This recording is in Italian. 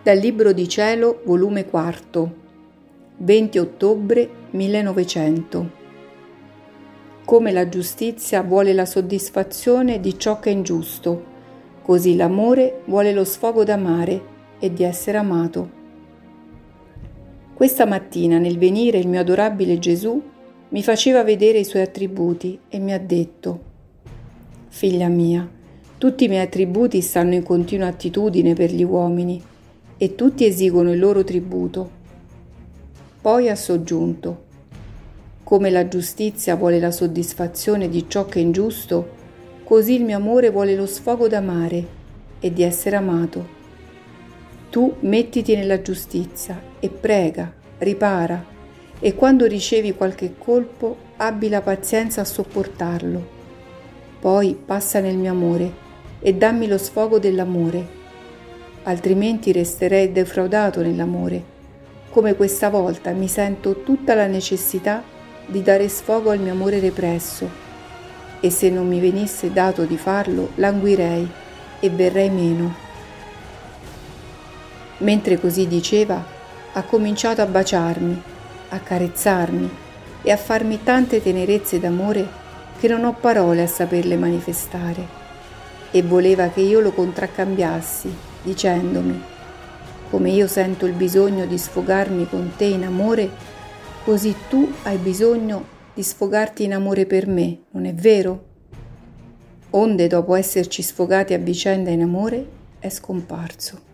Dal Libro di Cielo, volume 4, 20 ottobre 1900. Come la giustizia vuole la soddisfazione di ciò che è ingiusto, così l'amore vuole lo sfogo d'amare e di essere amato. Questa mattina, nel venire, il mio adorabile Gesù mi faceva vedere i suoi attributi e mi ha detto: «Figlia mia, tutti i miei attributi stanno in continua attitudine per gli uomini e tutti esigono il loro tributo». Poi ha soggiunto: «Come la giustizia vuole la soddisfazione di ciò che è ingiusto, così il mio amore vuole lo sfogo d'amare e di essere amato. Tu mettiti nella giustizia e prega, ripara, e quando ricevi qualche colpo abbi la pazienza a sopportarlo. Poi passa nel mio amore e dammi lo sfogo dell'amore, altrimenti resterei defraudato nell'amore, come questa volta mi sento tutta la necessità di dare sfogo al mio amore represso, e se non mi venisse dato di farlo, languirei e verrei meno». Mentre così diceva, ha cominciato a baciarmi, a carezzarmi e a farmi tante tenerezze d'amore che non ho parole a saperle manifestare, e voleva che io lo contraccambiassi, dicendomi: «Come io sento il bisogno di sfogarmi con te in amore, così tu hai bisogno di sfogarti in amore per me, non è vero?» Onde, dopo esserci sfogati a vicenda in amore, è scomparso.